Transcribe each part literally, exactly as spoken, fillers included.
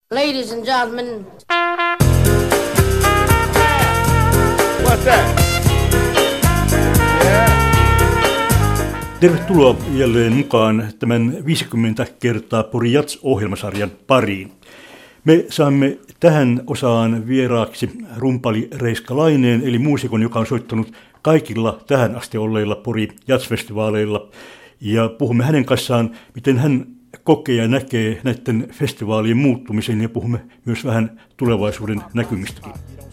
Ladies and gentlemen. What's that? Yeah. Tervetuloa jälleen mukaan tämän viisikymmentä kertaa Pori Jats-ohjelmasarjan pariin. Me saamme tähän osaan vieraaksi rumpali Reiska Laineen, eli muusikon, joka on soittanut kaikilla tähän asti olleilla Pori Jats-festivaaleilla. Ja puhumme hänen kanssaan, miten hän kokee ja näkee näiden festivaalien muuttumisen, ja puhumme myös vähän tulevaisuuden näkymistäkin.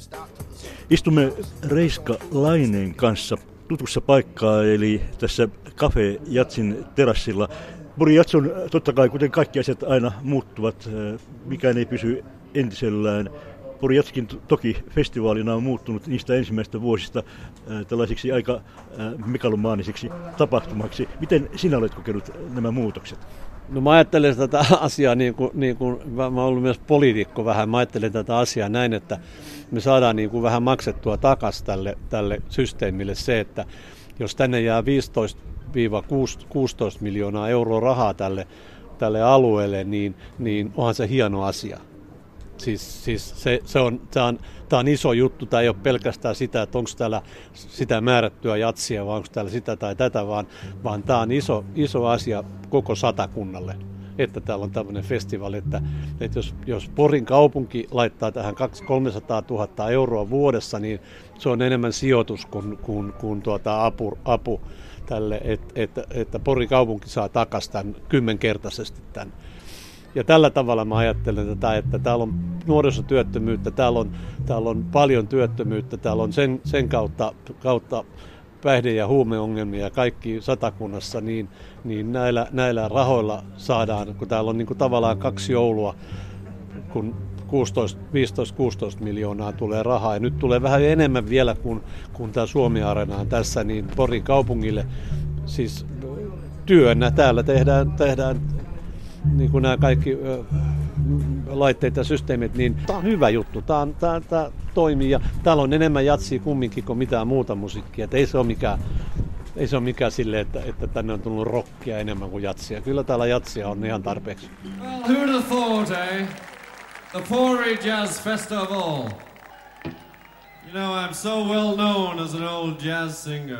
Istumme Reiska Laineen kanssa tutussa paikkaa, eli tässä Cafe Jatsin terassilla. Pori Jats on totta kai, kuten kaikki asiat aina muuttuvat, mikään ei pysy entisellään. Pori Jatskin toki festivaalina on muuttunut niistä ensimmäistä vuosista tällaisiksi aika megalomaanisiksi tapahtumaksi. Miten sinä olet kokenut nämä muutokset? No mä ajattelen tätä asiaa, niin kuin, niin kuin mä olen ollut myös poliitikko vähän, mä ajattelen tätä asiaa näin, että me saadaan niin kuin vähän maksettua takaisin tälle, tälle systeemille se, että jos tänne jää viisitoista kuusitoista miljoonaa euroa rahaa tälle, tälle alueelle, niin, niin onhan se hieno asia. Siis, siis se, se on, tämä on, tämä on iso juttu, tämä ei ole pelkästään sitä, että onko täällä sitä määrättyä jatsia vai onko täällä sitä tai tätä, vaan, vaan tämä on iso, iso asia koko Satakunnalle, että täällä on tämmöinen festivaali, että, että jos, jos Porin kaupunki laittaa tähän kolmesataatuhatta euroa vuodessa, niin se on enemmän sijoitus kuin, kuin, kuin tuota apu, apu tälle, että, että, että Porin kaupunki saa takaisin tämän kymmenkertaisesti tämän. Ja tällä tavalla mä ajattelen tätä, että täällä on nuorisotyöttömyyttä, täällä on, täällä on paljon työttömyyttä, täällä on sen, sen kautta, kautta päihde- ja huumeongelmia ja kaikki Satakunnassa, niin, niin näillä, näillä rahoilla saadaan, kun täällä on niin kuin tavallaan kaksi joulua, kun viisitoista kuusitoista miljoonaa tulee rahaa, ja nyt tulee vähän enemmän vielä kuin, kuin tämä Suomi-Areena on tässä, niin Porin kaupungille siis työnä täällä tehdään, tehdään niin kuin nämä kaikki ö, laitteet ja systeemit, niin tämä on hyvä juttu, tämä, on, tämä, tämä toimii, ja täällä on enemmän jatsia kumminkin kuin mitään muuta musiikkia, että ei se ole mikään, ei se ole mikään silleen, että, että tänne on tullut rockia enemmän kuin jatsia, kyllä täällä jatsia on ihan tarpeeksi. Well, who'd have thought, eh? The Pori Jazz Festival. You know, I'm so well known as an old jazz singer.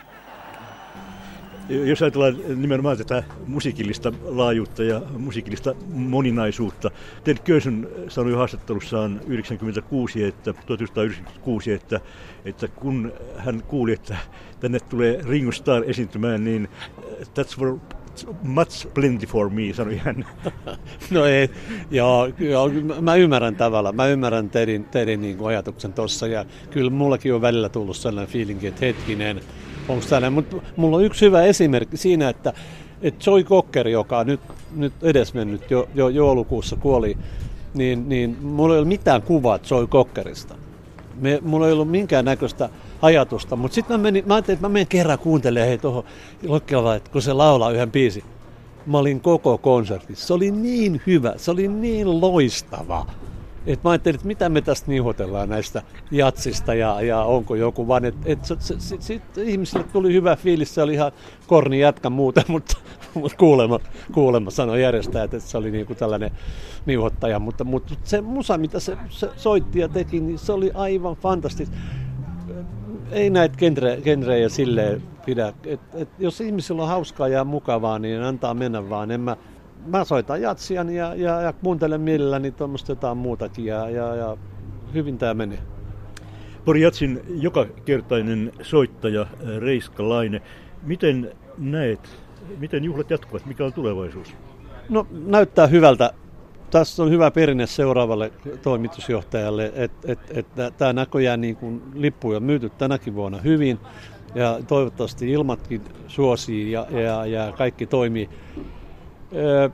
Jos ajatellaan nimenomaan tätä musiikillista laajuutta ja musiikillista moninaisuutta, Ted Kösen sanoi haastattelussaan yhdeksänkymmentäkuusi, että, tuhatyhdeksänsataayhdeksänkymmentäkuusi, että, että kun hän kuuli, että tänne tulee Ringo Starr esiintymään, niin that's for much plenty for me, sanoi hän. No ei, joo, joo, mä ymmärrän tavallaan, mä ymmärrän Tedin, Tedin niin kuin ajatuksen tuossa, ja kyllä mullakin on välillä tullut sellainen feelingi, että hetkinen, onko tällainen, mutta mulla on yksi hyvä esimerkki siinä, että, että Joe Cocker, joka on nyt, nyt edesmennyt jo, jo joulukuussa kuoli, niin, niin mulla ei ole mitään kuvaa Joe Cockerista. Me, mulla ei ollut minkään näköistä ajatusta, mutta sitten mä, mä ajattelin, että mä menen kerran kuuntelemaan hei tuohon Lokkelaan, että kun se laulaa yhden biisin. Mä olin koko konsertissa. Se oli niin hyvä, se oli niin loistava. Et mä ajattelin, että mitä me tästä niuhotellaan näistä jatsista ja, ja onko joku vaan, että et, et, sitten ihmisille tuli hyvä fiilis, se oli ihan korni jätkä muuta, mutta, mutta kuulemma, kuulemma sanoi järjestäjät, että se oli niinku tällainen niuhottaja, mutta, mutta se musa, mitä se, se soitti ja teki, niin se oli aivan fantastista. Ei näitä genre, genrejä silleen pidä, että et, jos ihmisillä on hauskaa ja mukavaa, niin antaa mennä vaan, en mä Mä soitan jatsia ja, ja, ja kuuntelen mielelläni tuommoista jotain muutakin ja, ja, ja hyvin tämä menee. Pori Jatsin jokakertainen soittaja Reiska Laine, miten näet, miten juhlat jatkuvat, mikä on tulevaisuus? No näyttää hyvältä. Tässä on hyvä perinne seuraavalle toimitusjohtajalle, että et, et, et, tämä näköjään niin kuin lippuja on myyty tänäkin vuonna hyvin ja toivottavasti ilmatkin suosii ja, ja, ja kaikki toimii. Öö,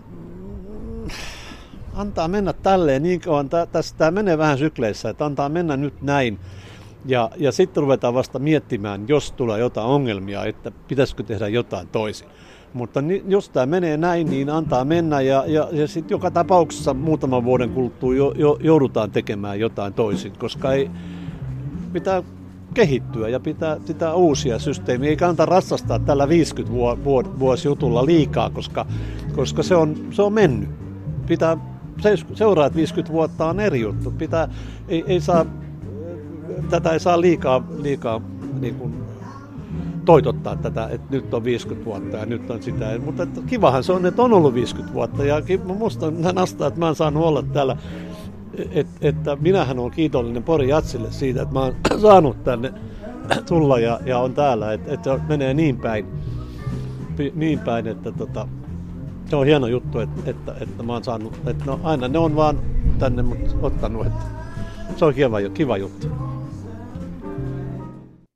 antaa mennä tälleen niin kauan, tämä menee vähän sykleissä, että antaa mennä nyt näin ja, ja sitten ruvetaan vasta miettimään, jos tulee jotain ongelmia, että pitäisikö tehdä jotain toisin. Mutta ni, jos tämä menee näin, niin antaa mennä ja, ja, ja sitten joka tapauksessa muutaman vuoden kuluttua jo, jo, joudutaan tekemään jotain toisin, koska ei pitää kehittyä ja pitää, pitää uusia systeemiä. Ei kannata ratsastaa tällä viisikymmentä vuosijutulla liikaa, koska, koska se, on, se on mennyt. Pitää seuraat viisikymmentä vuotta on eri juttu. Pitää, ei, ei saa, tätä ei saa liikaa, liikaa niin kuin toitottaa tätä, että nyt on viisikymmentä vuotta ja nyt on sitä. Mutta kivahan se on, että on ollut viisikymmentä vuotta ja minusta on nastaa, että mä oon saanut olla täällä. Et, että minähän olen kiitollinen Pori Jazzille siitä, että mä oon saanut tänne tulla ja, ja on täällä. Että et se menee niin päin, niin päin että tota, se on hieno juttu, että, että, että mä oon saanut. Että no, aina ne on vaan tänne mut ottanut. Että se on kiva, kiva juttu.